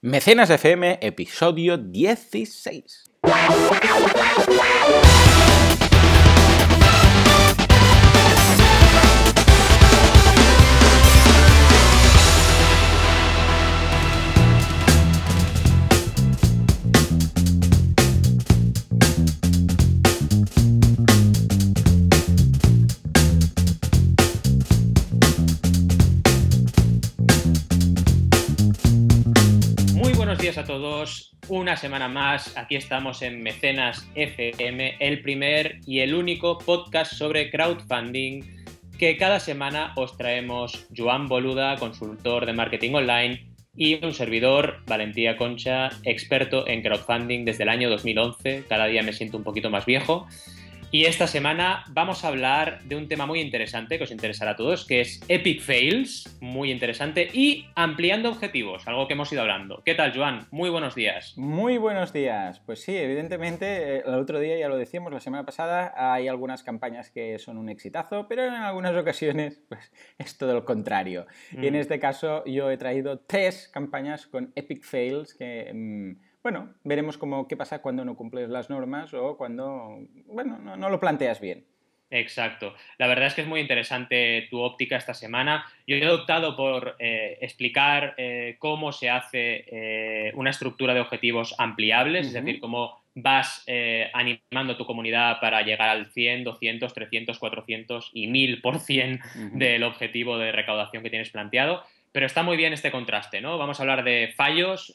Mecenas FM, episodio 16. A todos, una semana más, aquí estamos en Mecenas FM, el primer y el único podcast sobre crowdfunding que cada semana os traemos Joan Boluda, consultor de marketing online, y un servidor, Valentía Concha, experto en crowdfunding desde el año 2011, cada día me siento un poquito más viejo. Y esta semana vamos a hablar de un tema muy interesante que os interesará a todos, que es Epic Fails, muy interesante, y ampliando objetivos, algo que hemos ido hablando. ¿Qué tal, Joan? Muy buenos días. Muy buenos días. Pues sí, evidentemente, el otro día ya lo decíamos, la semana pasada, hay algunas campañas que son un exitazo, pero en algunas ocasiones pues, es todo lo contrario. Y en este caso yo he traído 3 campañas con Epic Fails que... Bueno, veremos qué pasa cuando no cumples las normas o cuando, bueno, no lo planteas bien. Exacto. La verdad es que es muy interesante tu óptica esta semana. Yo he optado por explicar cómo se hace una estructura de objetivos ampliables, es decir, cómo vas animando a tu comunidad para llegar al 100, 200, 300, 400 y 1000% del objetivo de recaudación que tienes planteado. Pero está muy bien este contraste, ¿no? Vamos a hablar de fallos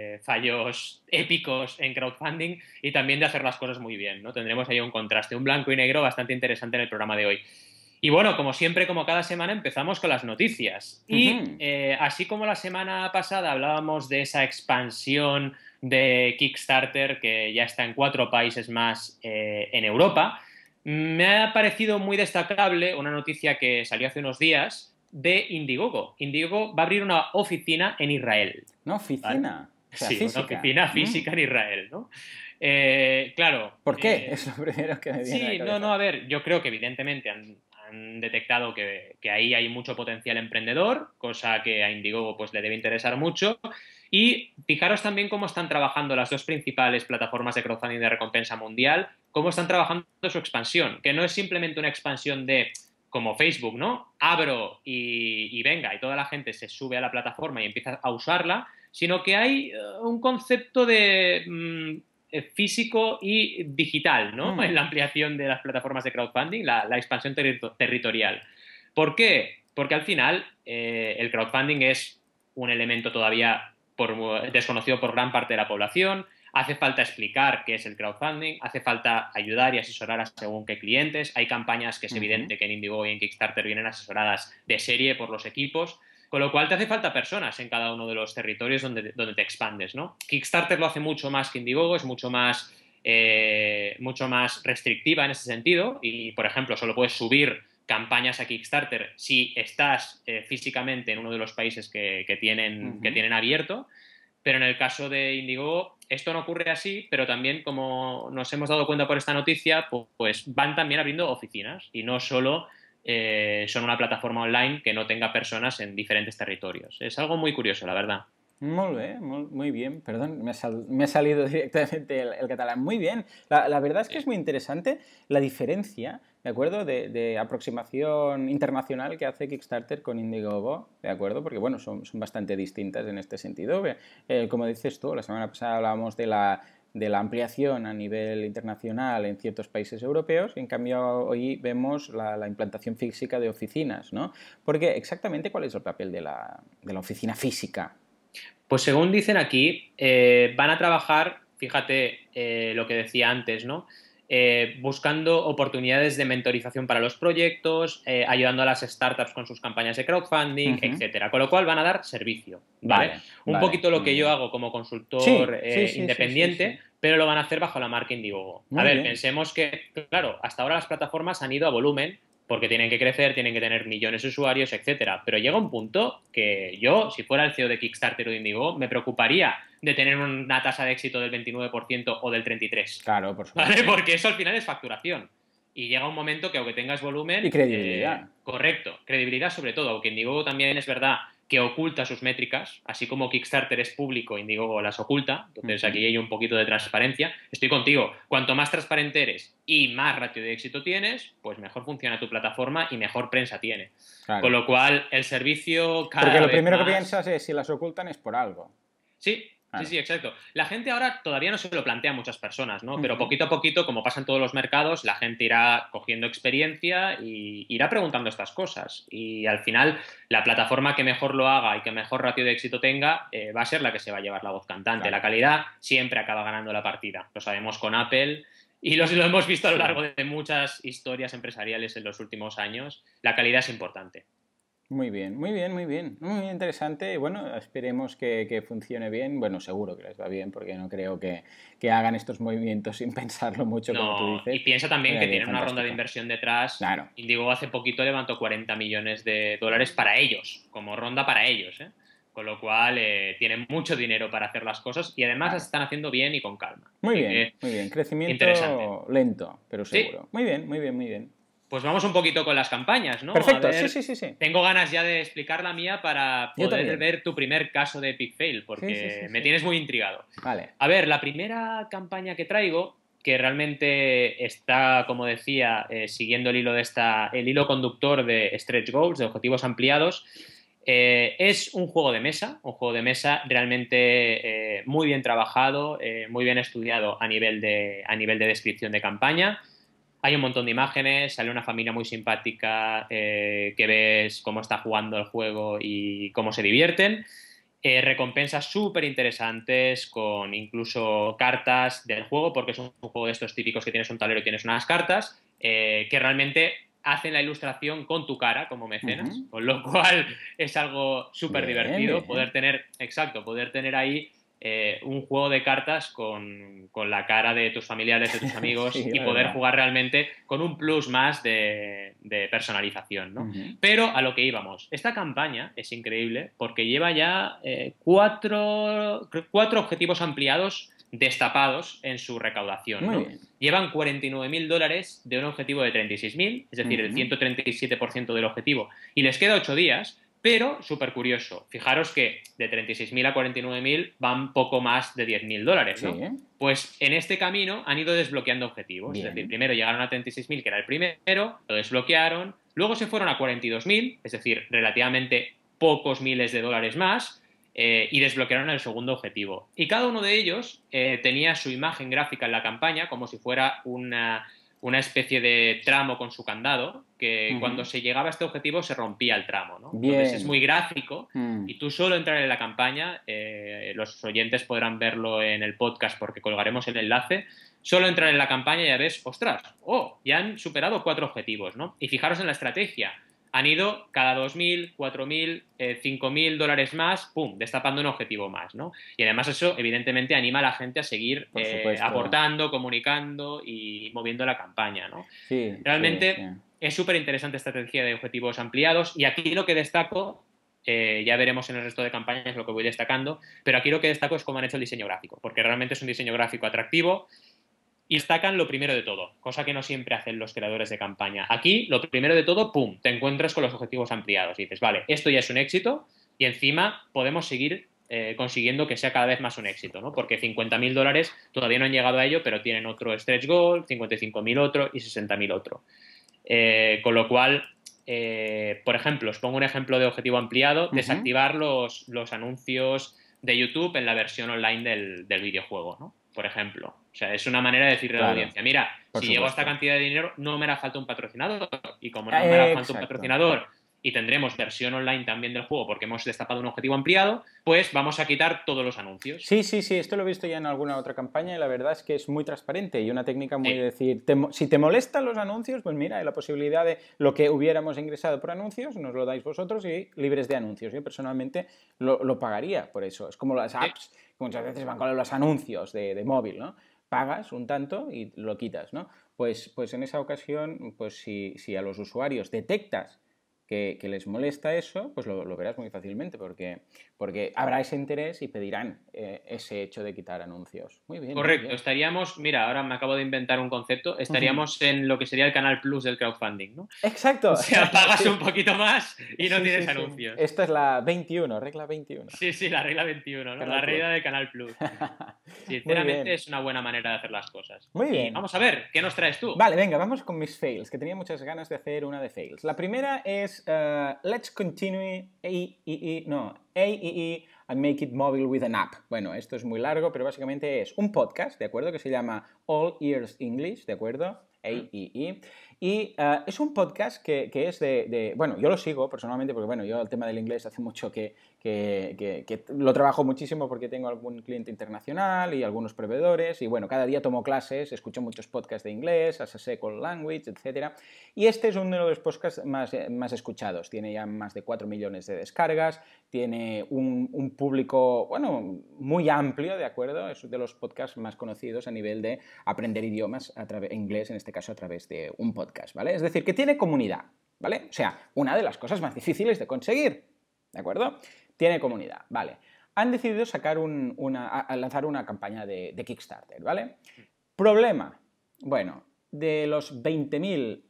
épicos en crowdfunding y también de hacer las cosas muy bien, ¿no? Tendremos ahí un contraste, un blanco y negro bastante interesante en el programa de hoy. Y bueno, como siempre, como cada semana, empezamos con las noticias. Y así como la semana pasada hablábamos de esa expansión de Kickstarter que ya está en 4 países más en Europa, me ha parecido muy destacable una noticia que salió hace unos días de Indiegogo. Indiegogo va a abrir una oficina en Israel. ¿Una oficina? ¿Vale? O sea, Sí, física. una oficina física en Israel, ¿no? Claro. ¿Por qué? Es lo primero que me viene a la cabeza. Sí, a ver, yo creo que evidentemente han detectado que ahí hay mucho potencial emprendedor, cosa que a Indiegogo pues le debe interesar mucho. Y fijaros también cómo están trabajando las 2 principales plataformas de crowdfunding de recompensa mundial, cómo están trabajando su expansión, que no es simplemente una expansión de como Facebook, ¿no? Abro y venga, y toda la gente se sube a la plataforma y empieza a usarla, sino que hay un concepto de físico y digital, ¿no? En la ampliación de las plataformas de crowdfunding, la expansión territorial. ¿Por qué? Porque al final el crowdfunding es un elemento todavía desconocido por gran parte de la población. Hace falta explicar qué es el crowdfunding, hace falta ayudar y asesorar a según qué clientes. Hay campañas que es evidente que en Indiegogo y en Kickstarter vienen asesoradas de serie por los equipos, con lo cual te hace falta personas en cada uno de los territorios donde te expandes, ¿no? Kickstarter lo hace mucho más que Indiegogo, es mucho más restrictiva en ese sentido y, por ejemplo, solo puedes subir campañas a Kickstarter si estás físicamente en uno de los países que tienen abierto. Pero en el caso de Indiegogo esto no ocurre así, pero también, como nos hemos dado cuenta por esta noticia, pues van también abriendo oficinas y no solo son una plataforma online que no tenga personas en diferentes territorios. Es algo muy curioso, la verdad. Muy bien, perdón, me ha salido directamente el catalán. Muy bien, la verdad es que es muy interesante la diferencia, ¿de acuerdo? De aproximación internacional que hace Kickstarter con Indiegogo, ¿de acuerdo? Porque, bueno, son bastante distintas en este sentido. Como dices tú, la semana pasada hablábamos de la ampliación a nivel internacional en ciertos países europeos y en cambio hoy vemos la implantación física de oficinas, ¿no? Porque exactamente ¿cuál es el papel de la oficina física? Pues según dicen aquí, van a trabajar, fíjate lo que decía antes, ¿no? Buscando oportunidades de mentorización para los proyectos, ayudando a las startups con sus campañas de crowdfunding, etcétera. Con lo cual van a dar servicio, ¿vale? Un poquito lo que yo hago como consultor independiente, pero lo van a hacer bajo la marca Indiegogo. A ver, pensemos que, claro, hasta ahora las plataformas han ido a volumen porque tienen que crecer, tienen que tener millones de usuarios, etcétera. Pero llega un punto que yo, si fuera el CEO de Kickstarter o de Indiegogo, me preocuparía de tener una tasa de éxito del 29% o del 33%. Claro, por supuesto. ¿Vale? Porque eso al final es facturación. Y llega un momento que aunque tengas volumen... Y credibilidad. Correcto, credibilidad sobre todo, aunque en Indiegogo también es verdad que oculta sus métricas, así como Kickstarter es público, Indiegogo las oculta, entonces aquí hay un poquito de transparencia. Estoy contigo, cuanto más transparente eres y más ratio de éxito tienes, pues mejor funciona tu plataforma y mejor prensa tiene. Claro. Con lo cual, el servicio cada Porque lo vez primero que más... piensas es si las ocultan es por algo. Sí, Claro. sí, exacto. La gente ahora todavía no se lo plantea a muchas personas, ¿no? Pero poquito a poquito, como pasa en todos los mercados, la gente irá cogiendo experiencia y irá preguntando estas cosas. Y al final, la plataforma que mejor lo haga y que mejor ratio de éxito tenga, va a ser la que se va a llevar la voz cantante. Claro. La calidad siempre acaba ganando la partida. Lo sabemos con Apple y lo hemos visto a lo largo de muchas historias empresariales en los últimos años. La calidad es importante. Muy bien, muy bien, muy bien. Muy interesante. Bueno, esperemos que funcione bien. Bueno, seguro que les va bien, porque no creo que hagan estos movimientos sin pensarlo mucho, como tú No, y dices. piensa O también sea que tienen una ronda de fantástico. inversión detrás. Claro. Indigo hace poquito levantó 40 millones de dólares para ellos, como ronda para ellos, ¿eh? Con lo cual tienen mucho dinero para hacer las cosas y además las Claro. están haciendo bien y con calma. Muy Así bien, que muy bien. interesante. Crecimiento lento, pero Sí, seguro. Muy bien, muy bien, muy bien. pues vamos un poquito con las campañas, ¿no? A Perfecto, sí, ver, sí, sí, sí. tengo ganas ya de explicar la mía para Yo poder también. ver tu primer caso de Epic Fail, Sí, sí, sí, porque me sí. tienes muy intrigado. Vale. A ver, la primera campaña que traigo, que realmente está, como decía, siguiendo el hilo el hilo conductor de stretch goals, de objetivos ampliados, es un juego de mesa realmente muy bien trabajado, muy bien estudiado a nivel de descripción de campaña. Hay un montón de imágenes, sale una familia muy simpática, que ves cómo está jugando el juego y cómo se divierten. Recompensas súper interesantes con incluso cartas del juego, porque es un juego de estos típicos que tienes un tablero y tienes unas cartas, que realmente hacen la ilustración con tu cara como mecenas, Ujú. con lo cual es algo súper Bien, divertido bien. poder tener ahí un juego de cartas con la cara de tus familiares, de tus amigos Sí, y la poder verdad. jugar realmente con un plus más de personalización, ¿no? Ujú. Pero a lo que íbamos, esta campaña es increíble porque lleva ya cuatro objetivos ampliados destapados en su recaudación, Muy ¿no? bien. Llevan 49.000 dólares de un objetivo de 36.000, es decir, el Ujú. 137% del objetivo, y les queda 8 días, pero súper curioso. Fijaros que de 36.000 a 49.000 van poco más de 10.000 dólares, Sí, ¿no? Pues en este camino han ido desbloqueando objetivos. Es decir, bien. primero llegaron a 36.000, que era el primero, lo desbloquearon. Luego se fueron a 42.000, es decir, relativamente pocos miles de dólares más, y desbloquearon el segundo objetivo. Y cada uno de ellos tenía su imagen gráfica en la campaña, como si fuera una especie de tramo con su candado, que Ujú. cuando se llegaba a este objetivo se rompía el tramo, ¿no? Entonces es Bien. muy gráfico Mm. y tú solo entrar en la campaña, los oyentes podrán verlo en el podcast porque colgaremos el enlace, solo entrar en la campaña y ya ves, ostras, ya han superado 4 objetivos, ¿no? Y fijaros en la estrategia, han ido cada 2.000, 4.000, 5.000 dólares más, ¡pum!, destapando un objetivo más, ¿no? Y además eso, evidentemente, anima a la gente a seguir Por supuesto. aportando, comunicando y moviendo la campaña, ¿no? Sí, sí, sí. Realmente es súper interesante esta estrategia de objetivos ampliados y aquí lo que destaco, ya veremos en el resto de campañas lo que voy destacando, pero aquí lo que destaco es cómo han hecho el diseño gráfico, porque realmente es un diseño gráfico atractivo y destacan lo primero de todo, cosa que no siempre hacen los creadores de campaña. Aquí, lo primero de todo, ¡pum!, te encuentras con los objetivos ampliados y dices, vale, esto ya es un éxito y encima podemos seguir consiguiendo que sea cada vez más un éxito, ¿no? Porque 50.000 dólares todavía no han llegado a ello, pero tienen otro stretch goal, 55.000 otro y 60.000 otro. Con lo cual, por ejemplo, os pongo un ejemplo de objetivo ampliado, Ujú. desactivar los anuncios de YouTube en la versión online del videojuego, ¿no? Por ejemplo. O sea, es una manera de decirle a la Claro, audiencia, mira, por si llego a esta supuesto. cantidad de dinero, no me hará falta un patrocinador. Y como no me hará falta un Exacto. patrocinador y tendremos versión online también del juego porque hemos destapado un objetivo ampliado, pues vamos a quitar todos los anuncios. Sí, sí, sí, esto lo he visto ya en alguna otra campaña y la verdad es que es muy transparente y una técnica muy de Sí, decir, si te molestan los anuncios, pues mira, hay la posibilidad de lo que hubiéramos ingresado por anuncios, nos lo dais vosotros y libres de anuncios. Yo personalmente lo pagaría por eso. Es como las sí. apps, que muchas veces van con los anuncios de móvil, ¿no? Pagas un tanto y lo quitas, ¿no? Pues en esa ocasión, pues si a los usuarios detectas que les molesta eso, pues lo verás muy fácilmente, porque habrá ese interés y pedirán ese hecho de quitar anuncios. Muy bien, muy Correcto, bien. estaríamos, mira, ahora me acabo de inventar un concepto, Ujú. estaríamos en lo que sería el Canal Plus del crowdfunding, ¿no? O Exacto. sea, pagas un Sí, poquito más y no sí, tienes sí, sí. anuncios. Esta es la 21, regla 21. Sí, sí, la regla 21, ¿no? La Canal regla Plus. de Canal Plus. Muy Sinceramente bien, es una buena manera de hacer las cosas. muy Y bien. vamos a ver, ¿qué nos traes tú? Vale, venga, vamos con mis fails, que tenía muchas ganas de hacer una de fails. La primera es Let's continue AEE and make it mobile with an app. Bueno, esto es muy largo, pero básicamente es un podcast, ¿de acuerdo? Que se llama All Ears English, ¿de acuerdo? ¿Mm? AEE. Y es un podcast que es bueno, yo lo sigo personalmente porque, bueno, yo el tema del inglés hace mucho que lo trabajo muchísimo porque tengo algún cliente internacional y algunos proveedores y, bueno, cada día tomo clases, escucho muchos podcasts de inglés, as a second language, etc. Y este es uno de los podcasts más escuchados. Tiene ya más de 4 millones de descargas, tiene un público, bueno, muy amplio, ¿de acuerdo? Es de los podcasts más conocidos a nivel de aprender idiomas, inglés en este caso a través de un podcast, ¿vale? Es decir, que tiene comunidad, ¿vale? O sea, una de las cosas más difíciles de conseguir, ¿de acuerdo? Tiene comunidad, ¿vale? Han decidido lanzar una campaña de Kickstarter, ¿vale? Problema, bueno, de los 20.000,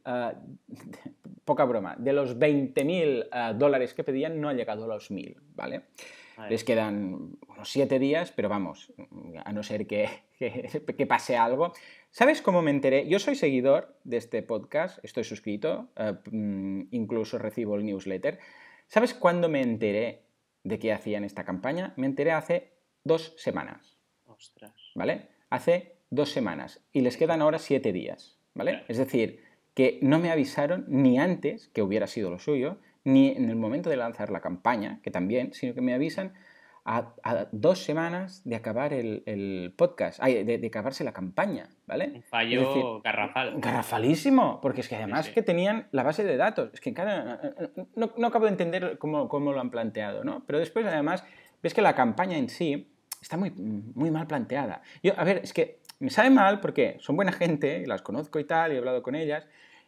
poca broma, de los 20.000 dólares que pedían no ha llegado a los 1.000, ¿vale? Vale. Les quedan unos 7 días, pero vamos, a no ser que pase algo. ¿Sabes cómo me enteré? Yo soy seguidor de este podcast, estoy suscrito, incluso recibo el newsletter. ¿Sabes cuándo me enteré de que hacían esta campaña? Me enteré hace 2 semanas, Ostras. ¿vale? Hace 2 semanas y les quedan ahora 7 días, ¿vale? Claro. Es decir, que no me avisaron ni antes, que hubiera sido lo suyo, ni en el momento de lanzar la campaña, que también, sino que me avisan a 2 semanas de acabar el podcast, de acabarse la campaña, ¿vale? Un Es decir, fallo garrafal. garrafalísimo, porque es que Sí, además sí. que tenían la base de datos, es que no acabo de entender cómo lo han planteado, ¿no? Pero después además ves que la campaña en sí está muy mal planteada. Yo, a ver, es que me sabe mal porque son buena gente, y las conozco y tal, y he hablado con ellas,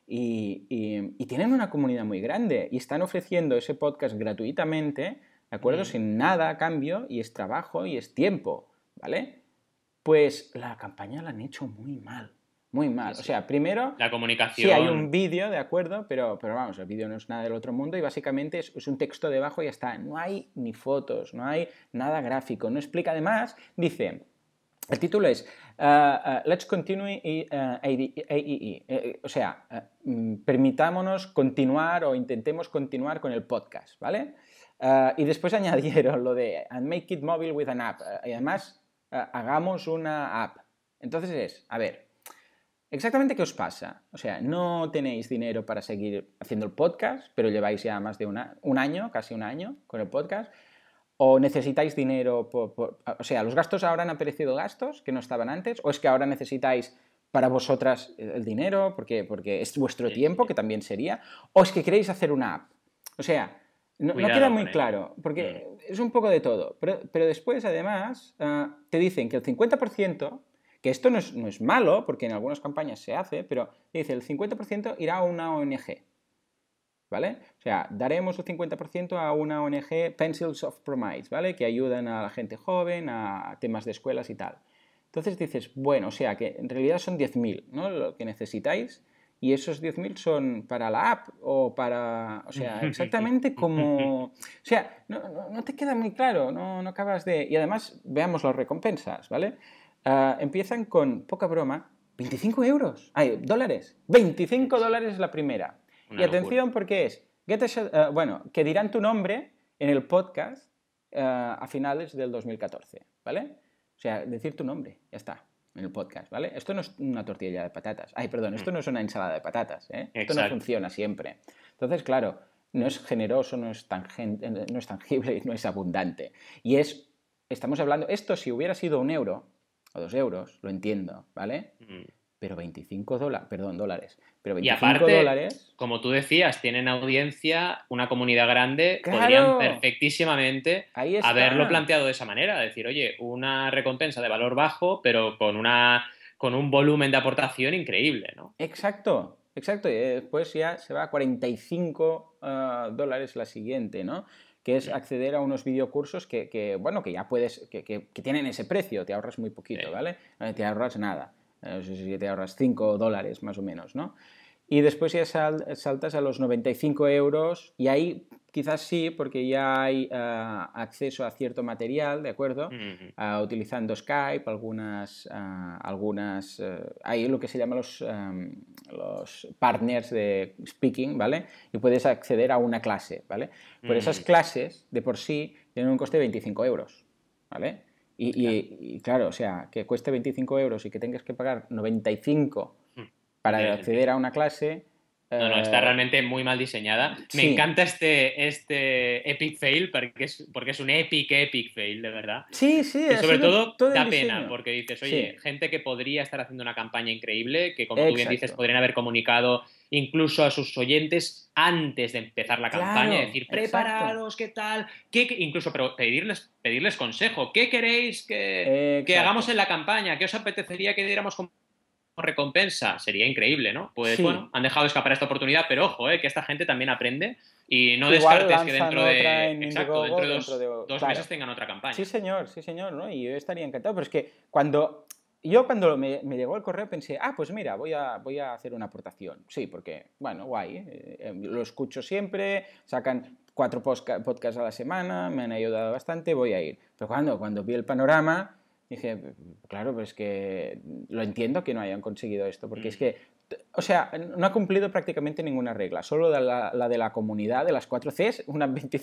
y tienen una comunidad muy grande y están ofreciendo ese podcast gratuitamente, ¿de acuerdo? Mm. Sin nada a cambio, y es trabajo y es tiempo, ¿vale? Pues la campaña la han hecho muy mal, muy Sí, mal. O sí. sea, primero, La sí hay comunicación. un vídeo, ¿de acuerdo? Pero vamos, el vídeo no es nada del otro mundo y básicamente es un texto debajo y ya está. No hay ni fotos, no hay nada gráfico, no explica. Además, dice, el título es Let's Continue AEE. O sea, permitámonos continuar o intentemos continuar con el podcast, ¿vale? Y después añadieron lo de and make it mobile with an app. Y además, hagamos una app. Entonces a ver, ¿exactamente qué os pasa? O sea, no tenéis dinero para seguir haciendo el podcast, pero lleváis ya más de un año, casi un año con el podcast. ¿O necesitáis dinero o sea, los gastos ahora han aparecido gastos que no estaban antes? ¿O es que ahora necesitáis para vosotras el dinero porque es vuestro Sí, tiempo, que sí. también sería? ¿O es que queréis hacer una app? O sea, no queda Cuidado muy con ello. claro, Mm. porque es un poco de todo. Pero después, además, te dicen que el 50%, que esto no es malo, porque en algunas campañas se hace, pero te dice el 50% irá a una ONG. ¿Vale? O sea, daremos el 50% a una ONG, Pencils of Promise, ¿vale? Que ayudan a la gente joven, a temas de escuelas y tal. Entonces dices, bueno, o sea, que en realidad son 10.000, ¿no? Lo que necesitáis, y esos 10.000 son para la app o para, o sea, exactamente como, o sea, no te queda muy claro, no acabas de, y además veamos las recompensas, ¿vale? Empiezan con, poca broma, 25 euros, dólares, 25 Sí, dólares la primera. Y una locura. atención porque es, bueno, que dirán tu nombre en el podcast a finales del 2014, ¿vale? O sea, decir tu nombre, ya está, en el podcast, ¿vale? Esto no es una tortilla de patatas. Ay, perdón, Mm. esto no es una ensalada de patatas, ¿eh? Esto no Exacto. funciona siempre. Entonces, claro, no es generoso, no es tangible y no es abundante. Y estamos hablando, esto si hubiera sido 1 euro o 2 euros, lo entiendo, ¿vale? Mm. Pero 25 dólares, perdón, dólares, pero Y 25 aparte, dólares, como tú decías, tienen audiencia, una comunidad grande, podrían ¡claro! perfectísimamente Ahí haberlo está. planteado de esa manera, decir, oye, una recompensa de valor bajo, pero con un volumen de aportación increíble, ¿no? Exacto. exacto, y después ya se va a 45 dólares la siguiente, ¿no? Que es acceder a unos videocursos bueno, que ya puedes, que tienen ese precio, te ahorras muy poquito, ¿vale? Te ahorras nada, no sé si te ahorras 5 dólares más o menos, ¿no? Y después ya saltas a los 95 euros y ahí quizás sí, porque ya hay acceso a cierto material, ¿de acuerdo? Utilizando Skype, hay lo que se llama los partners de speaking, ¿vale? Y puedes acceder a una clase, ¿vale? Pero esas clases de por sí tienen un coste de 25 euros, ¿vale? Y claro, o sea, que cueste 25 euros y que tengas que pagar 95 para acceder a una clase. No, está realmente muy mal diseñada. Me Sí. encanta este epic fail porque es un epic fail, de verdad. Sí, Y sobre todo todo el da pena diseño. porque dices, oye, Sí. gente que podría estar haciendo una campaña increíble, que como tú bien dices, Exacto. podrían haber comunicado incluso a sus oyentes antes de empezar la campaña, Claro, decir, exacto. preparados, ¿qué tal? Incluso pedirles consejo, ¿qué queréis que hagamos Exacto. en la campaña? ¿Qué os apetecería que diéramos como recompensa? Sería increíble, ¿no? Pues bueno, Sí. han dejado escapar esta oportunidad, pero ojo, que esta gente también aprende y no Igual descartes que lanzan otra en dentro Indiegogo de dentro de. dos Claro. meses tengan otra Sí, campaña. señor, ¿no? Y yo estaría encantado. Pero es que cuando me llegó el correo pensé, pues mira, voy a hacer una aportación. Sí, porque, bueno, guay, lo escucho siempre, sacan 4 podcasts a la semana, me han ayudado bastante, voy a ir. Pero cuando vi el panorama, dije, claro, pero es que lo entiendo que no hayan conseguido esto, porque es que, o sea, no ha cumplido prácticamente ninguna regla, solo la de la comunidad, de las 4 Cs, un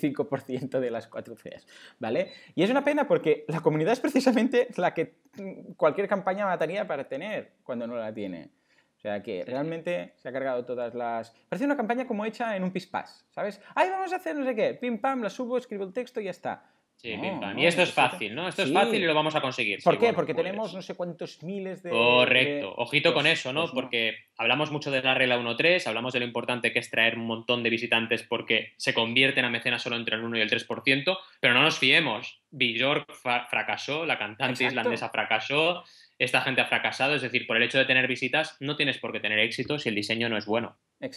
25% de las 4 Cs, ¿vale? Y es una pena porque la comunidad es precisamente la que cualquier campaña mataría para tener cuando no la tiene. O sea que realmente se ha cargado todas las. Parece una campaña como hecha en un pispás, ¿sabes? ¡Ay, vamos a hacer no sé qué! Pim pam, la subo, escribo el texto y ya está. Sí, pim No, pam. Y no, esto es necesita. fácil, ¿no? Esto es fácil y lo Sí. vamos a conseguir. Sí, ¿Por qué? bueno, Porque tenemos pues. no sé cuántos miles Correcto. Ojito con eso, ¿no? Pues no. Porque hablamos mucho de la regla 1-3, hablamos de lo importante que es traer un montón de visitantes porque se convierten a mecenas solo entre el 1 y el 3%, pero no nos fiemos. Björk fracasó, la cantante Exacto. islandesa fracasó, esta gente ha fracasado, es decir, por el hecho de tener visitas no tienes por qué tener éxito si el diseño no es bueno.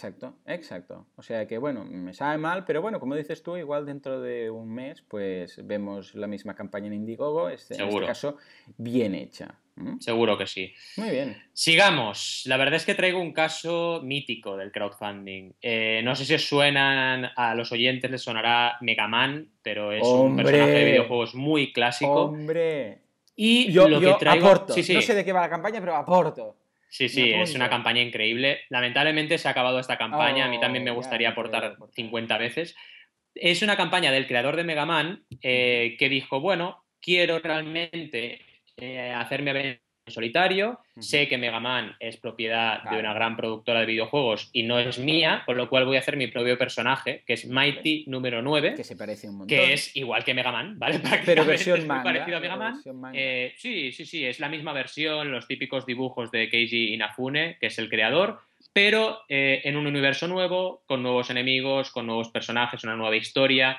Exacto. O sea que, bueno, me sabe mal, pero bueno, como dices tú, igual dentro de un mes, pues vemos la misma campaña en Indiegogo, en este Seguro, caso, bien hecha. seguro que sí. Muy bien. Sigamos. La verdad es que traigo un caso mítico del crowdfunding. No sé si os suenan, a los oyentes les sonará Mega Man, pero es un personaje de ¡Hombre! videojuegos muy clásico. ¡Hombre! Y Yo, lo que yo traigo, sí, aporto. No sé sí, de qué va la campaña, pero aporto. sí, Me sí, es una apunto. campaña increíble. Lamentablemente se ha acabado esta campaña. A mí también me Oh, ya gustaría no puedo aportar aportar. 50 veces. Es una campaña del creador de Mega Man Ujú. que dijo, bueno, quiero realmente hacerme ver en solitario. Ujú. Sé que Mega Man es propiedad de una Claro. gran productora de videojuegos y no es mía, con lo cual voy a hacer mi propio personaje, que es Vale. Mighty número 9, Que se parece un que montón. es igual que Mega Man, ¿vale? Pero Prácticamente versión es muy manga. parecido a Mega Man. Versión manga. Sí, es la misma versión, los típicos dibujos de Keiji Inafune, que es el creador, pero en un universo nuevo, con nuevos enemigos, con nuevos personajes, una nueva historia,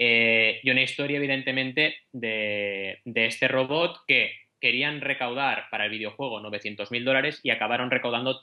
y una historia, evidentemente, de este robot que querían recaudar para el videojuego 900.000 dólares y acabaron recaudando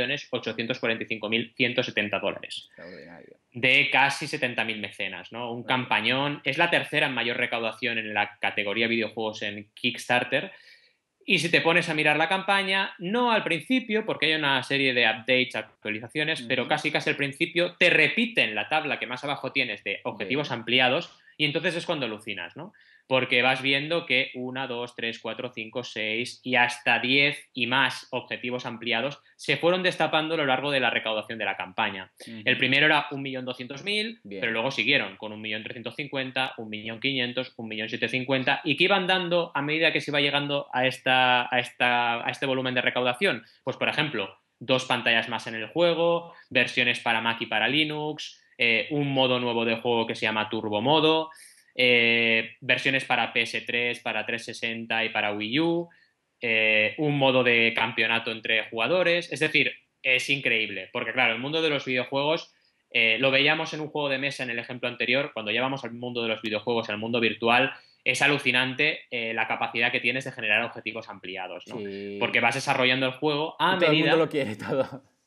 3.845.170 dólares Extraordinario. de casi 70.000 mecenas, ¿no? Un Vale. campañón. Es la tercera en mayor recaudación en la categoría videojuegos en Kickstarter. Y si te pones a mirar la campaña, no al principio, porque hay una serie de updates, actualizaciones, pero Ujú. casi al principio te repiten la tabla que más abajo tienes de objetivos De. ampliados y entonces es cuando alucinas, ¿no? Porque vas viendo que 1, 2, 3, 4, 5, 6 y hasta 10 y más objetivos ampliados se fueron destapando a lo largo de la recaudación de la campaña. El Ujú. primero era 1.200.000, pero Bien. luego siguieron con 1.350.000, 1.500.000, 1.750.000 y que iban dando a medida que se iba llegando a este volumen de recaudación. Pues, por ejemplo, 2 pantallas más en el juego, versiones para Mac y para Linux, un modo nuevo de juego que se llama Turbo Modo, versiones para PS3, para 360 y para Wii U, un modo de campeonato entre jugadores. Es decir, es increíble, porque claro, el mundo de los videojuegos lo veíamos en un juego de mesa en el ejemplo anterior, cuando llevamos al mundo de los videojuegos, al mundo virtual, es alucinante la capacidad que tienes de generar objetivos ampliados, ¿no? Porque Sí. vas desarrollando el juego Y a todo el mundo lo medida. quiere todo.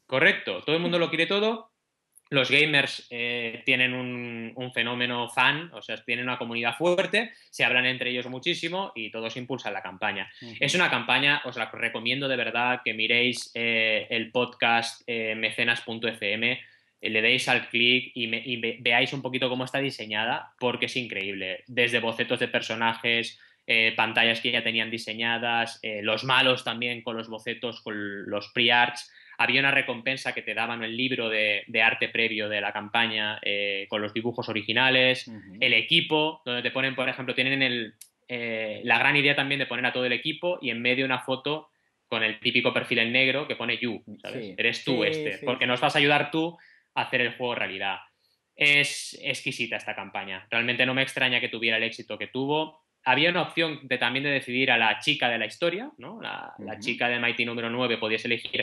Correcto, todo el mundo lo quiere todo. Los gamers tienen un fenómeno fan, o sea, tienen una comunidad fuerte, se hablan entre ellos muchísimo y todos impulsan la campaña. Es una campaña, os la recomiendo de verdad que miréis el podcast mecenas.fm, le deis al clic y veáis un poquito cómo está diseñada, porque es increíble. Desde bocetos de personajes, pantallas que ya tenían diseñadas, los malos también con los bocetos, con los pre-arts. Había una recompensa que te daban el libro de arte previo de la campaña con los dibujos originales, el equipo, donde te ponen, por ejemplo, tienen la gran idea también de poner a todo el equipo y en medio una foto con el típico perfil en negro que pone you, ¿sabes? Sí, Eres tú sí, sí, porque nos sí. vas a ayudar tú a hacer el juego realidad. Es exquisita esta campaña. Realmente no me extraña que tuviera el éxito que tuvo. Había una opción también de decidir a la chica de la historia, ¿no? La chica de Mighty número 9 podías elegir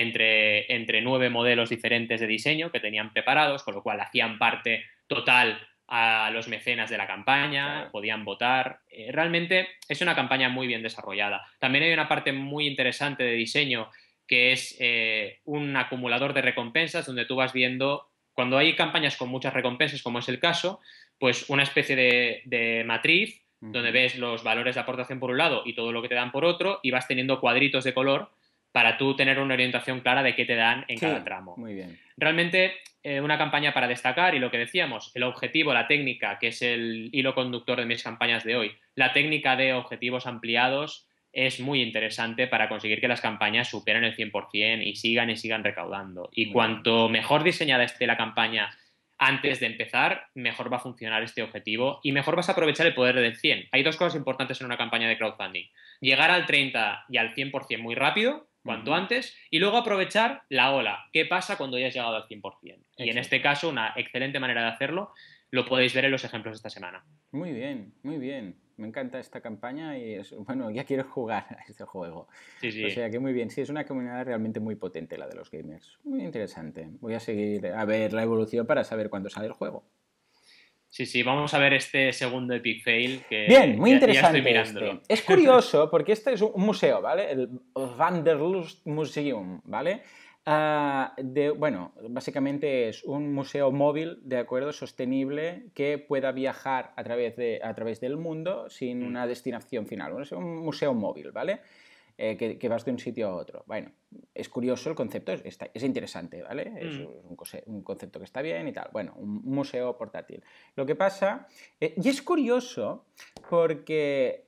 entre 9 modelos diferentes de diseño que tenían preparados, con lo cual hacían parte total a los mecenas de la campaña, Claro. podían votar. Realmente es una campaña muy bien desarrollada. También hay una parte muy interesante de diseño que es un acumulador de recompensas donde tú vas viendo, cuando hay campañas con muchas recompensas, como es el caso, pues una especie de matriz donde ves los valores de aportación por un lado y todo lo que te dan por otro y vas teniendo cuadritos de color para tú tener una orientación clara de qué te dan en cada Sí, tramo. muy bien. Realmente una campaña para destacar y lo que decíamos, el objetivo, la técnica, que es el hilo conductor de mis campañas de hoy, la técnica de objetivos ampliados es muy interesante para conseguir que las campañas superen el 100% y sigan recaudando. Y Muy bien. cuanto mejor diseñada esté la campaña antes de empezar, mejor va a funcionar este objetivo y mejor vas a aprovechar el poder del 100. Hay dos cosas importantes en una campaña de crowdfunding. Llegar al 30 y al 100% muy rápido, cuanto antes, y luego aprovechar la ola. ¿Qué pasa cuando ya has llegado al 100%? Y en este Exacto. caso, una excelente manera de hacerlo, lo podéis ver en los ejemplos de esta semana. Muy bien, muy bien. Me encanta esta campaña y bueno, ya quiero jugar a este juego. Sí, O sí. sea que muy bien. Sí, es una comunidad realmente muy potente la de los gamers. Muy interesante. Voy a seguir a ver la evolución para saber cuándo sale el juego. Sí, sí, vamos a ver este segundo Epic Fail Bien, que muy ya estoy interesante este. mirándolo. Es curioso porque este es un museo, ¿vale? El Wanderlust Museum, ¿vale? Bueno, básicamente es un museo móvil, ¿de acuerdo? Sostenible que pueda viajar a través del mundo sin una destinación final. Bueno, es un museo móvil, ¿vale? Que vas de un sitio a otro. Bueno, es curioso el concepto, es interesante, ¿vale? Es un concepto que está bien y tal. Bueno, un museo portátil. Lo que pasa, y es curioso porque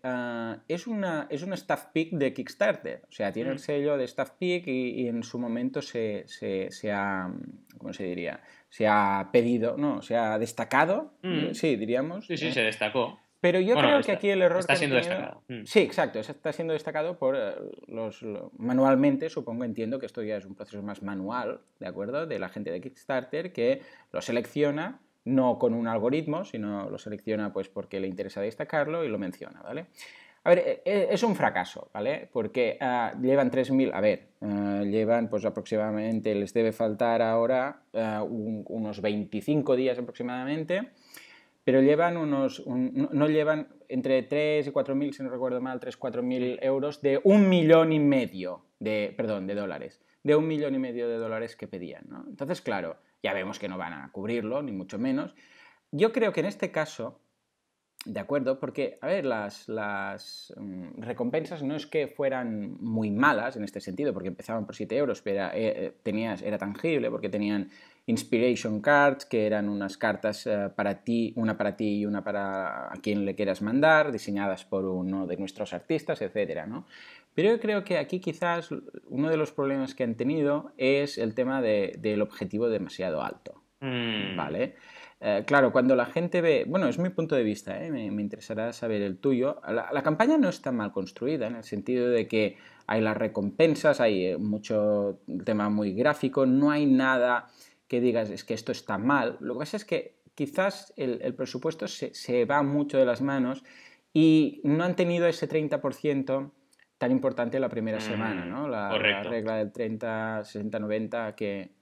es una staff pick de Kickstarter, o sea, tiene el sello de staff pick y en su momento se ha, ¿cómo se diría? Se ha pedido, no, se ha destacado, sí, diríamos. Sí, sí, se destacó. Pero yo Bueno, creo que aquí el error que está han siendo tenido. destacado. Sí, exacto, eso está siendo destacado por manualmente, supongo, entiendo que esto ya es un proceso más manual, ¿de acuerdo? De la gente de Kickstarter que lo selecciona, no con un algoritmo, sino lo selecciona pues porque le interesa destacarlo y lo menciona, ¿vale? A ver, es un fracaso, ¿vale? Porque llevan 3.000, a ver, llevan pues aproximadamente, les debe faltar ahora unos 25 días aproximadamente, pero llevan no llevan entre 3 y 4.000, si no recuerdo mal, 3-4.000 euros de 1,5 millones de dólares, de 1,5 millones de dólares que pedían, ¿no? Entonces, claro, ya vemos que no van a cubrirlo, ni mucho menos. Yo creo que en este caso, de acuerdo, porque, a ver, las recompensas no es que fueran muy malas en este sentido, porque empezaban por 7 euros, pero era tangible, porque tenían Inspiration Cards, que eran unas cartas para ti, una para ti y una para a quien le quieras mandar, diseñadas por uno de nuestros artistas, etcétera, ¿no? Pero yo creo que aquí quizás uno de los problemas que han tenido es el tema del objetivo demasiado alto, ¿vale? Claro, cuando la gente ve, bueno, es mi punto de vista, me interesará saber el tuyo. La campaña no está mal construida en el sentido de que hay las recompensas, hay mucho tema muy gráfico, no hay nada que digas es que esto está mal. Lo que pasa es que quizás el presupuesto se va mucho de las manos y no han tenido ese 30% tan importante la primera semana, ¿no? La Correcto. regla del 30, 60, 90 que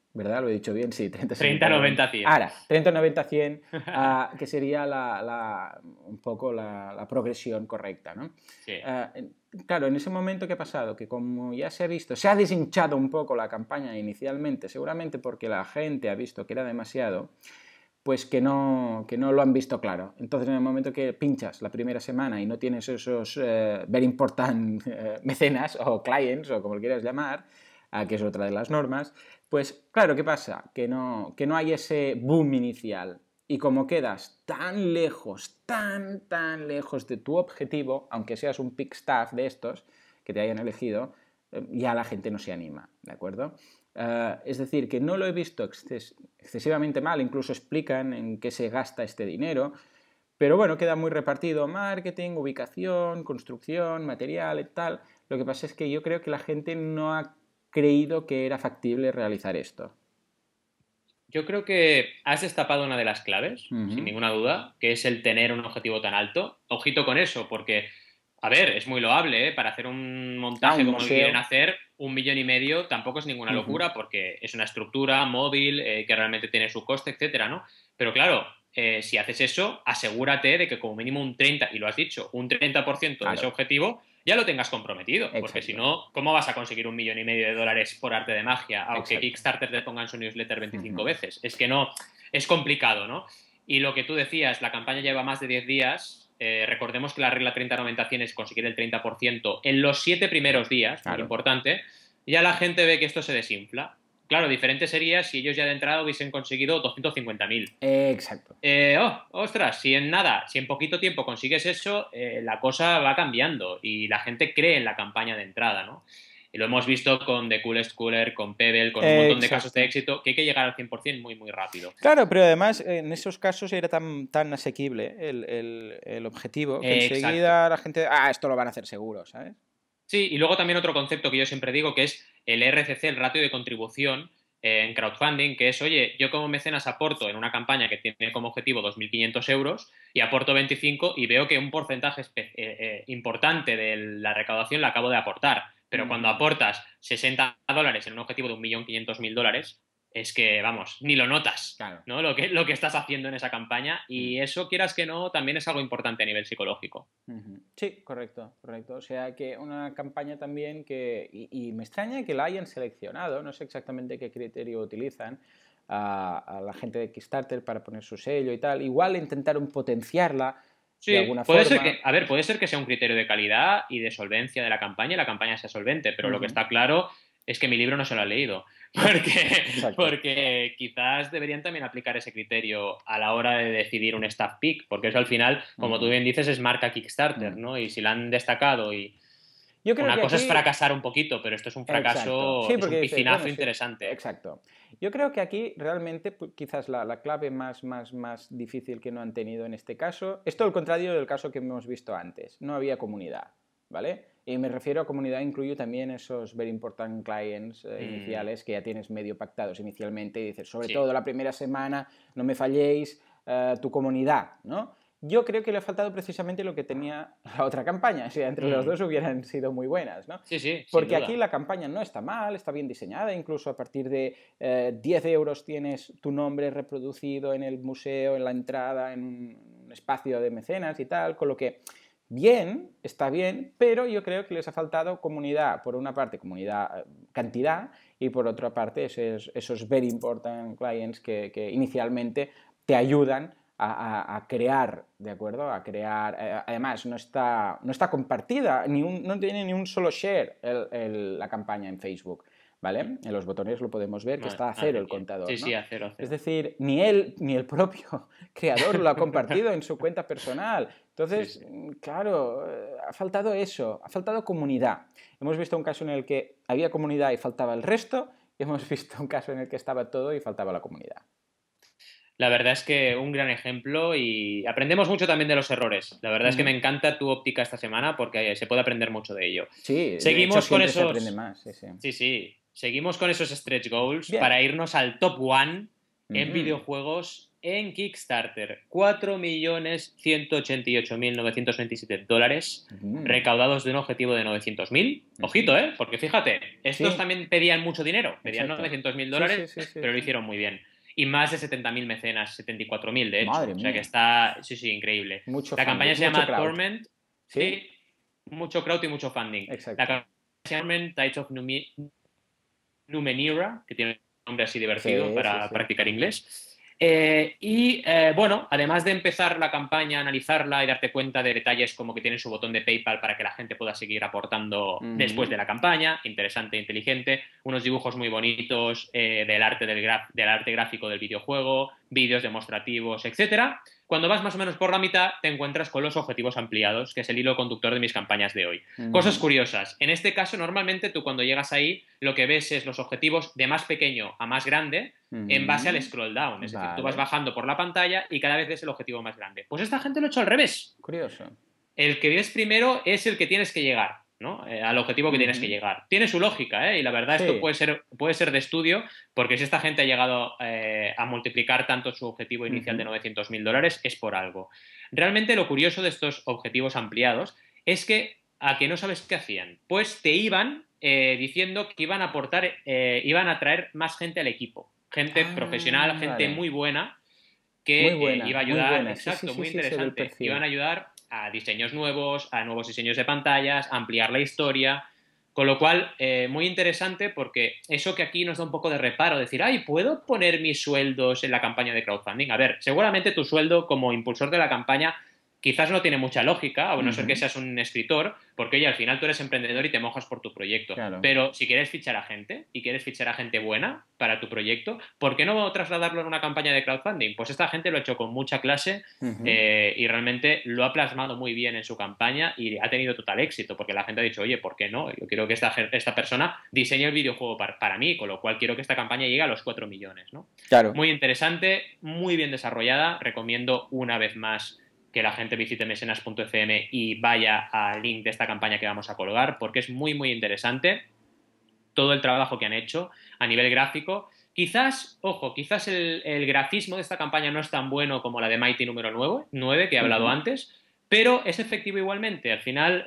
¿verdad? Lo he dicho bien, sí, 30, 30, 60, 90. 90, 100. Ahora, 30, 90, 100, que sería un poco la progresión correcta, ¿no? Sí. Claro, en ese momento, ¿qué ha pasado? Que como ya se ha visto, se ha deshinchado un poco la campaña inicialmente, seguramente porque la gente ha visto que era demasiado, pues que no lo han visto claro. Entonces, en el momento que pinchas la primera semana y no tienes esos very important mecenas o clients, o como lo quieras llamar, que es otra de las normas, pues claro, ¿qué pasa? Que no hay ese boom inicial. Y como quedas tan lejos, tan lejos de tu objetivo, aunque seas un pick staff de estos que te hayan elegido, ya la gente no se anima, ¿de acuerdo? Es decir, que no lo he visto excesivamente mal, incluso explican en qué se gasta este dinero, pero bueno, queda muy repartido: marketing, ubicación, construcción, material y tal. Lo que pasa es que yo creo que la gente no ha creído que era factible realizar esto. Yo creo que has destapado una de las claves, sin Uh-huh. ninguna duda, que es el tener un objetivo tan alto. Ojito con eso, porque, a ver, es muy loable, ¿eh? Para hacer un montaje Un como quieren museo. hacer, 1,5 millones tampoco es ninguna Uh-huh. locura, porque es una estructura móvil que realmente tiene su coste, etcétera, ¿no? Pero claro, si haces eso, asegúrate de que como mínimo un 30, y lo has dicho, un 30% de ese Claro, objetivo ya lo tengas comprometido, porque si exacto, no, ¿cómo vas a conseguir 1,5 millones por arte de magia? Aunque exacto. Kickstarter te ponga en su newsletter 25 Uh-huh. veces. Es que no, es complicado, ¿no? Y lo que tú decías, la campaña lleva más de 10 días. Recordemos que la regla 30-90-100 es conseguir el 30% en los 7 primeros días, muy Claro. importante. Ya la gente ve que esto se desinfla. Claro, diferente sería si ellos ya de entrada hubiesen conseguido 250.000. Exacto. Ostras, si en nada, si en poquito tiempo consigues eso, la cosa va cambiando y la gente cree en la campaña de entrada, ¿no? Y lo hemos visto con The Coolest Cooler, con Pebble, con un montón de casos de Exacto. éxito, que hay que llegar al 100% muy, muy rápido. Claro, pero además en esos casos era tan asequible el objetivo que Exacto. enseguida la gente, esto lo van a hacer seguro, ¿sabes? Sí, y luego también otro concepto que yo siempre digo, que es el RCC, el ratio de contribución en crowdfunding, que es, oye, yo como mecenas aporto en una campaña que tiene como objetivo 2.500 euros y aporto 25 y veo que un porcentaje importante de la recaudación la acabo de aportar. Pero cuando Uh-huh. aportas $60 en un objetivo de 1.500.000, es que, vamos, ni lo notas, Claro. ¿no? Lo que estás haciendo en esa campaña Mm. y eso, quieras que no, también es algo importante a nivel psicológico. Ujú. Sí, correcto, correcto. O sea que una campaña también y me extraña que la hayan seleccionado, no sé exactamente qué criterio utilizan a la gente de Kickstarter para poner su sello y tal. Igual intentaron potenciarla de Sí, alguna puede ser forma. que, a ver, puede ser que sea un criterio de calidad y de solvencia de la campaña y la campaña sea solvente, pero lo que Ujú. está claro es que mi libro no se lo ha leído, porque, Exacto. porque quizás deberían también aplicar ese criterio a la hora de decidir un staff pick, porque eso al final, como tú Ujú. bien dices, es marca Kickstarter, Mm. ¿no? Y si la han destacado y Yo creo una que cosa es aquí. fracasar un poquito, pero esto es un Exacto. fracaso, Sí, es un porque dices, bueno, piscinazo sí, interesante. exacto. Yo creo que aquí realmente quizás la clave más difícil que no han tenido en este caso es todo el contrario del caso que hemos visto antes. No había comunidad, ¿vale? Y me refiero a comunidad, incluyo también esos very important clients Mm, iniciales que ya tienes medio pactados inicialmente y dices, sobre sí, todo la primera semana, no me falléis, tu comunidad, ¿no? Yo creo que le ha faltado precisamente lo que tenía la otra campaña, o sea, entre los mm, dos hubieran sido muy buenas, ¿no? sí, sí, sin Porque aquí duda. la campaña no está mal, está bien diseñada, incluso a partir de 10 euros tienes tu nombre reproducido en el museo, en la entrada, en un espacio de mecenas y tal, con lo que bien, está bien, pero yo creo que les ha faltado comunidad, por una parte comunidad, cantidad, y por otra parte esos very important clients que inicialmente te ayudan a crear, ¿de acuerdo? A crear, además no está compartida, no tiene ni un solo share la campaña en Facebook, ¿vale? En los botones lo podemos ver que está a cero Madre el mía. Sí, contador, sí, ¿no? a cero, a Es cero. decir, ni él ni el propio creador lo ha compartido en su cuenta personal. Sí, Entonces, sí. claro, ha faltado eso, ha faltado comunidad. Hemos visto un caso en el que había comunidad y faltaba el resto, y hemos visto un caso en el que estaba todo y faltaba la comunidad. La verdad es que un gran ejemplo y aprendemos mucho también de los errores. La verdad es que me Ujú. encanta tu óptica esta semana porque se puede aprender mucho de ello. Sí, de hecho Seguimos con siempre se aprende esos, más, sí, sí. sí, sí, seguimos con esos stretch goals Bien. para irnos al top one en Ujú. videojuegos en Kickstarter 4.188.927 dólares recaudados de un objetivo de 900.000. Ojito, ¿eh? Porque fíjate, estos también pedían mucho dinero, pedían 900.000 dólares, pero lo hicieron muy bien. Y más de 70.000 mecenas, 74.000 de hecho. Madre o sea mía. que está, sí, increíble. Mucho La campaña se llama crowd. Torment. ¿Sí? Mucho crowd y mucho funding. Exacto. La campaña se llama Torment, Tides of Numenera, que tiene un nombre así divertido para practicar inglés. Bueno, además de empezar la campaña, analizarla y darte cuenta de detalles como que tiene su botón de PayPal para que la gente pueda seguir aportando después de la campaña, interesante e inteligente, unos dibujos muy bonitos del arte gráfico del videojuego, vídeos demostrativos, etcétera. Cuando vas más o menos por la mitad, te encuentras con los objetivos ampliados, que es el hilo conductor de mis campañas de hoy. Cosas curiosas. En este caso, normalmente tú cuando llegas ahí, lo que ves es los objetivos de más pequeño a más grande en base al scroll down. Es decir, tú vas bajando por la pantalla y cada vez ves el objetivo más grande. Pues esta gente lo ha hecho al revés. Curioso. El que ves primero es el que tienes que llegar, ¿no? Al objetivo que tienes que llegar. Tiene su lógica, ¿eh? Y la verdad esto puede ser de estudio, porque si esta gente ha llegado a multiplicar tanto su objetivo inicial de 900.000 dólares, es por algo. Realmente lo curioso de estos objetivos ampliados es que, ¿a que no sabes qué hacían? Pues te iban diciendo que iban a aportar, iban a traer más gente al equipo. Gente profesional, gente muy buena, que iba a ayudar, exacto, muy interesante, iban a ayudar a diseños nuevos, a nuevos diseños de pantallas, a ampliar la historia, con lo cual, muy interesante porque eso que aquí nos da un poco de reparo, decir, ay, ¿puedo poner mis sueldos en la campaña de crowdfunding? A ver, seguramente tu sueldo como impulsor de la campaña quizás no tiene mucha lógica, a no ser que seas un escritor, porque oye, al final tú eres emprendedor y te mojas por tu proyecto. Claro. Pero si quieres fichar a gente y quieres fichar a gente buena para tu proyecto, ¿por qué no trasladarlo en una campaña de crowdfunding? Pues esta gente lo ha hecho con mucha clase y realmente lo ha plasmado muy bien en su campaña y ha tenido total éxito, porque la gente ha dicho, oye, ¿por qué no? Yo quiero que esta persona diseñe el videojuego para mí, con lo cual quiero que esta campaña llegue a los 4 millones, ¿no? Claro. Muy interesante, muy bien desarrollada. Recomiendo una vez más que la gente visite mecenas.fm y vaya al link de esta campaña que vamos a colgar, porque es muy, muy interesante todo el trabajo que han hecho a nivel gráfico. Quizás, ojo, quizás el grafismo de esta campaña no es tan bueno como la de Mighty número 9 que he hablado antes, pero es efectivo igualmente. Al final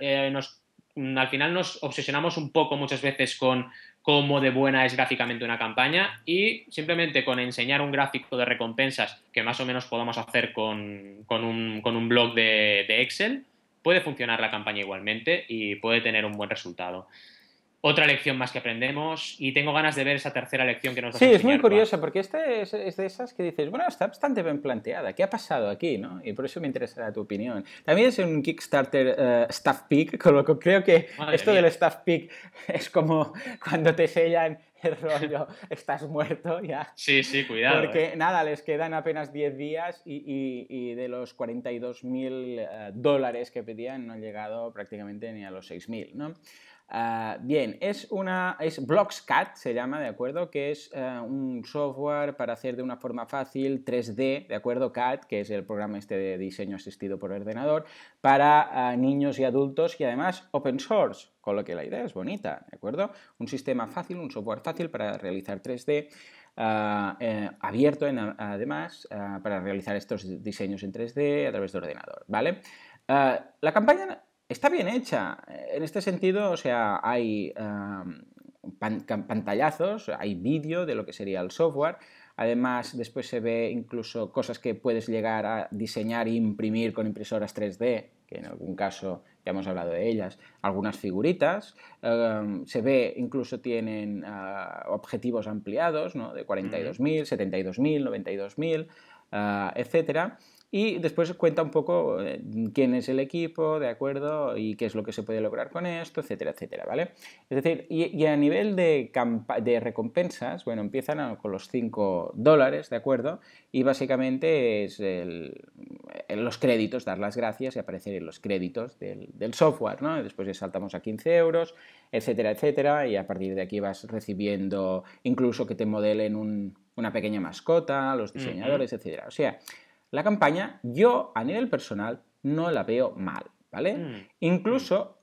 nos obsesionamos un poco muchas veces con cómo de buena es gráficamente una campaña y simplemente con enseñar un gráfico de recompensas que más o menos podamos hacer con un blog de Excel, puede funcionar la campaña igualmente y puede tener un buen resultado. Otra lección más que aprendemos y tengo ganas de ver esa tercera lección que nos vas a enseñar. Sí, es muy curiosa porque esta es de esas que dices, bueno, está bastante bien planteada, ¿qué ha pasado aquí? ¿No? Y por eso me interesa tu opinión. También es un Kickstarter Staff Pick, con lo que creo que esto del Staff Pick es como cuando te sellan el rollo, estás muerto ya. Sí, cuidado. Porque nada, les quedan apenas 10 días y de los 42.000 dólares que pedían no han llegado prácticamente ni a los 6.000, ¿no? Bien, es Blockscat, se llama, ¿de acuerdo? Que es un software para hacer de una forma fácil 3D, ¿de acuerdo? CAD, que es el programa este de diseño asistido por ordenador, para niños y adultos y además open source, con lo que la idea es bonita, ¿de acuerdo? Un sistema fácil, un software fácil para realizar 3D, abierto además para realizar estos diseños en 3D a través de ordenador, ¿vale? La campaña está bien hecha. En este sentido, o sea, hay pantallazos, hay vídeo de lo que sería el software. Además, después se ve incluso cosas que puedes llegar a diseñar e imprimir con impresoras 3D, que en algún caso ya hemos hablado de ellas, algunas figuritas. Se ve, incluso tienen objetivos ampliados, ¿no? De 42.000, 72.000, 92.000, etcétera. Y después cuenta un poco quién es el equipo, ¿de acuerdo? Y qué es lo que se puede lograr con esto, etcétera, etcétera, ¿vale? Es decir, y a nivel de recompensas, bueno, empiezan con los 5 dólares, ¿de acuerdo? Y básicamente es los créditos, dar las gracias y aparecer en los créditos del software, ¿no? Y después saltamos a 15 euros, etcétera, etcétera, y a partir de aquí vas recibiendo incluso que te modelen una pequeña mascota, los diseñadores, etcétera. O sea, la campaña, yo a nivel personal no la veo mal, ¿vale? Incluso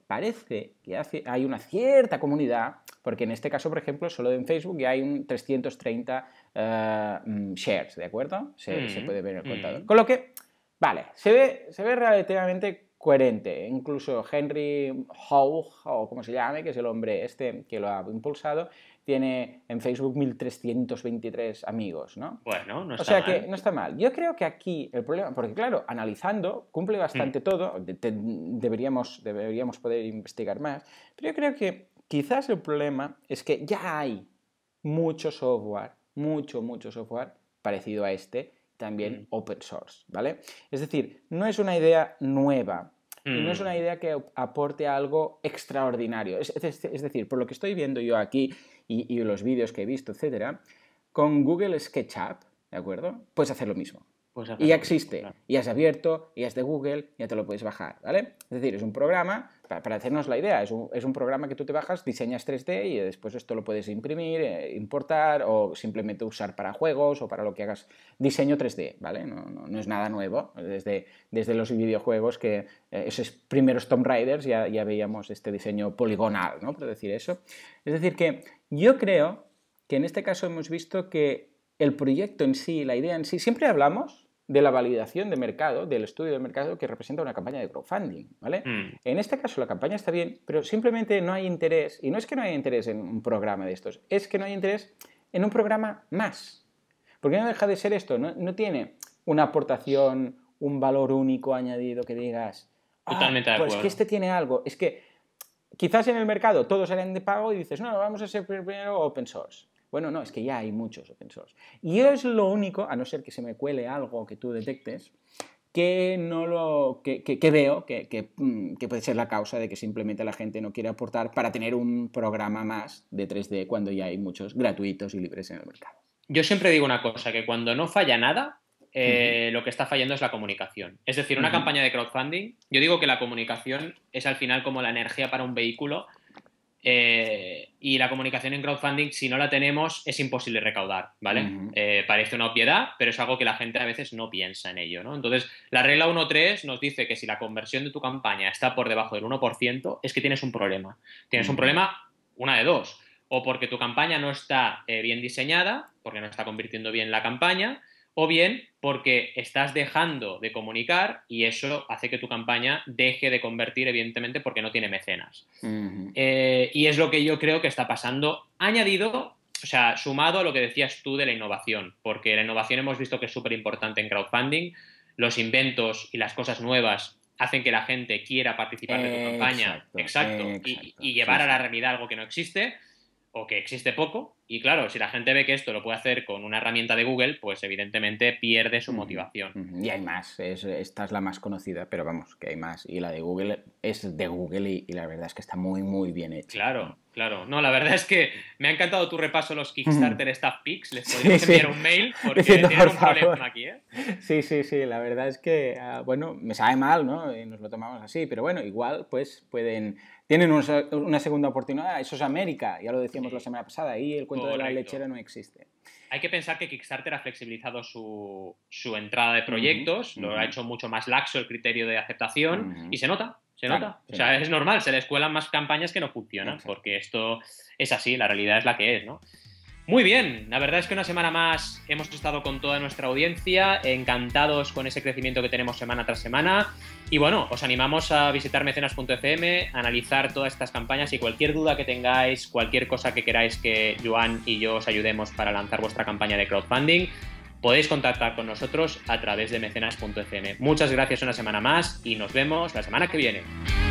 parece que hay una cierta comunidad, porque en este caso, por ejemplo, solo en Facebook ya hay un 330 shares, ¿de acuerdo? Se puede ver en el contador. Con lo que, vale, se ve relativamente coherente. Incluso Henry Howe, o como se llame, que es el hombre este que lo ha impulsado, tiene en Facebook 1.323 amigos, ¿no? Bueno, no está mal. O sea que no está mal. Yo creo que aquí el problema, porque claro, analizando, cumple bastante todo, deberíamos poder investigar más, pero yo creo que quizás el problema es que ya hay mucho software parecido a este, también open source, ¿vale? Es decir, no es una idea nueva y no es una idea que aporte algo extraordinario. Es decir, por lo que estoy viendo yo aquí y los vídeos que he visto, etcétera, con Google SketchUp, ¿de acuerdo? Puedes hacer lo mismo. Y ya existe, claro. Y ya es abierto, y ya es de Google, y ya te lo puedes bajar, ¿vale? Es decir, es un programa, para hacernos la idea, es un programa que tú te bajas, diseñas 3D y después esto lo puedes imprimir, importar o simplemente usar para juegos o para lo que hagas diseño 3D, ¿vale? No es nada nuevo. Desde los videojuegos, que esos primeros Tomb Raiders ya veíamos este diseño poligonal, ¿no? Por decir eso. Es decir, que yo creo que en este caso hemos visto que el proyecto en sí, la idea en sí, siempre hablamos de la validación de mercado, del estudio de mercado que representa una campaña de crowdfunding, ¿vale? En este caso la campaña está bien, pero simplemente no hay interés, y no es que no haya interés en un programa de estos, es que no hay interés en un programa más. Porque no deja de ser esto, no tiene una aportación, un valor único añadido que digas, totalmente de acuerdo. Pues que este tiene algo, es que quizás en el mercado todos salen de pago y dices, no, vamos a ser primero open source. Bueno, no, es que ya hay muchos open source. Y yo es lo único, a no ser que se me cuele algo que tú detectes, que veo que puede ser la causa de que simplemente la gente no quiere aportar para tener un programa más de 3D cuando ya hay muchos gratuitos y libres en el mercado. Yo siempre digo una cosa, que cuando no falla nada, lo que está fallando es la comunicación. Es decir, una campaña de crowdfunding, yo digo que la comunicación es al final como la energía para un vehículo. Y la comunicación en crowdfunding, si no la tenemos, es imposible recaudar, ¿vale? Parece una obviedad, pero es algo que la gente a veces no piensa en ello, ¿no? Entonces, la regla 1.3 nos dice que si la conversión de tu campaña está por debajo del 1%, es que tienes un problema. Tienes un problema, una de dos. O porque tu campaña no está bien diseñada, porque no está convirtiendo bien la campaña, o bien porque estás dejando de comunicar y eso hace que tu campaña deje de convertir, evidentemente, porque no tiene mecenas. Y es lo que yo creo que está pasando, añadido, o sea, sumado a lo que decías tú de la innovación, porque la innovación hemos visto que es súper importante en crowdfunding. Los inventos y las cosas nuevas hacen que la gente quiera participar de tu campaña. Exacto. Y llevar a la realidad algo que no existe o que existe poco. Y claro, si la gente ve que esto lo puede hacer con una herramienta de Google, pues evidentemente pierde su motivación. Y hay más, esta es la más conocida, pero vamos, que hay más. Y la de Google es de Google y la verdad es que está muy, muy bien hecha. Claro. No, la verdad es que me ha encantado tu repaso a los Kickstarter Staff Picks. Les podríamos enviar un mail porque tienen un problema aquí, ¿eh? Sí, la verdad es que, bueno, me sabe mal, ¿no? Y nos lo tomamos así, pero bueno, igual pues tienen una segunda oportunidad. Eso es América, ya lo decíamos la semana pasada, y el cuento de la lechera no existe. Hay que pensar que Kickstarter ha flexibilizado su entrada de proyectos, lo ha hecho mucho más laxo el criterio de aceptación y se nota. O sea, es normal, se les cuelan más campañas que no funcionan, porque esto es así, la realidad es la que es, ¿no? Muy bien, la verdad es que una semana más hemos estado con toda nuestra audiencia, encantados con ese crecimiento que tenemos semana tras semana. Y bueno, os animamos a visitar mecenas.fm, a analizar todas estas campañas y cualquier duda que tengáis, cualquier cosa que queráis que Joan y yo os ayudemos para lanzar vuestra campaña de crowdfunding, podéis contactar con nosotros a través de mecenas.fm. Muchas gracias una semana más y nos vemos la semana que viene.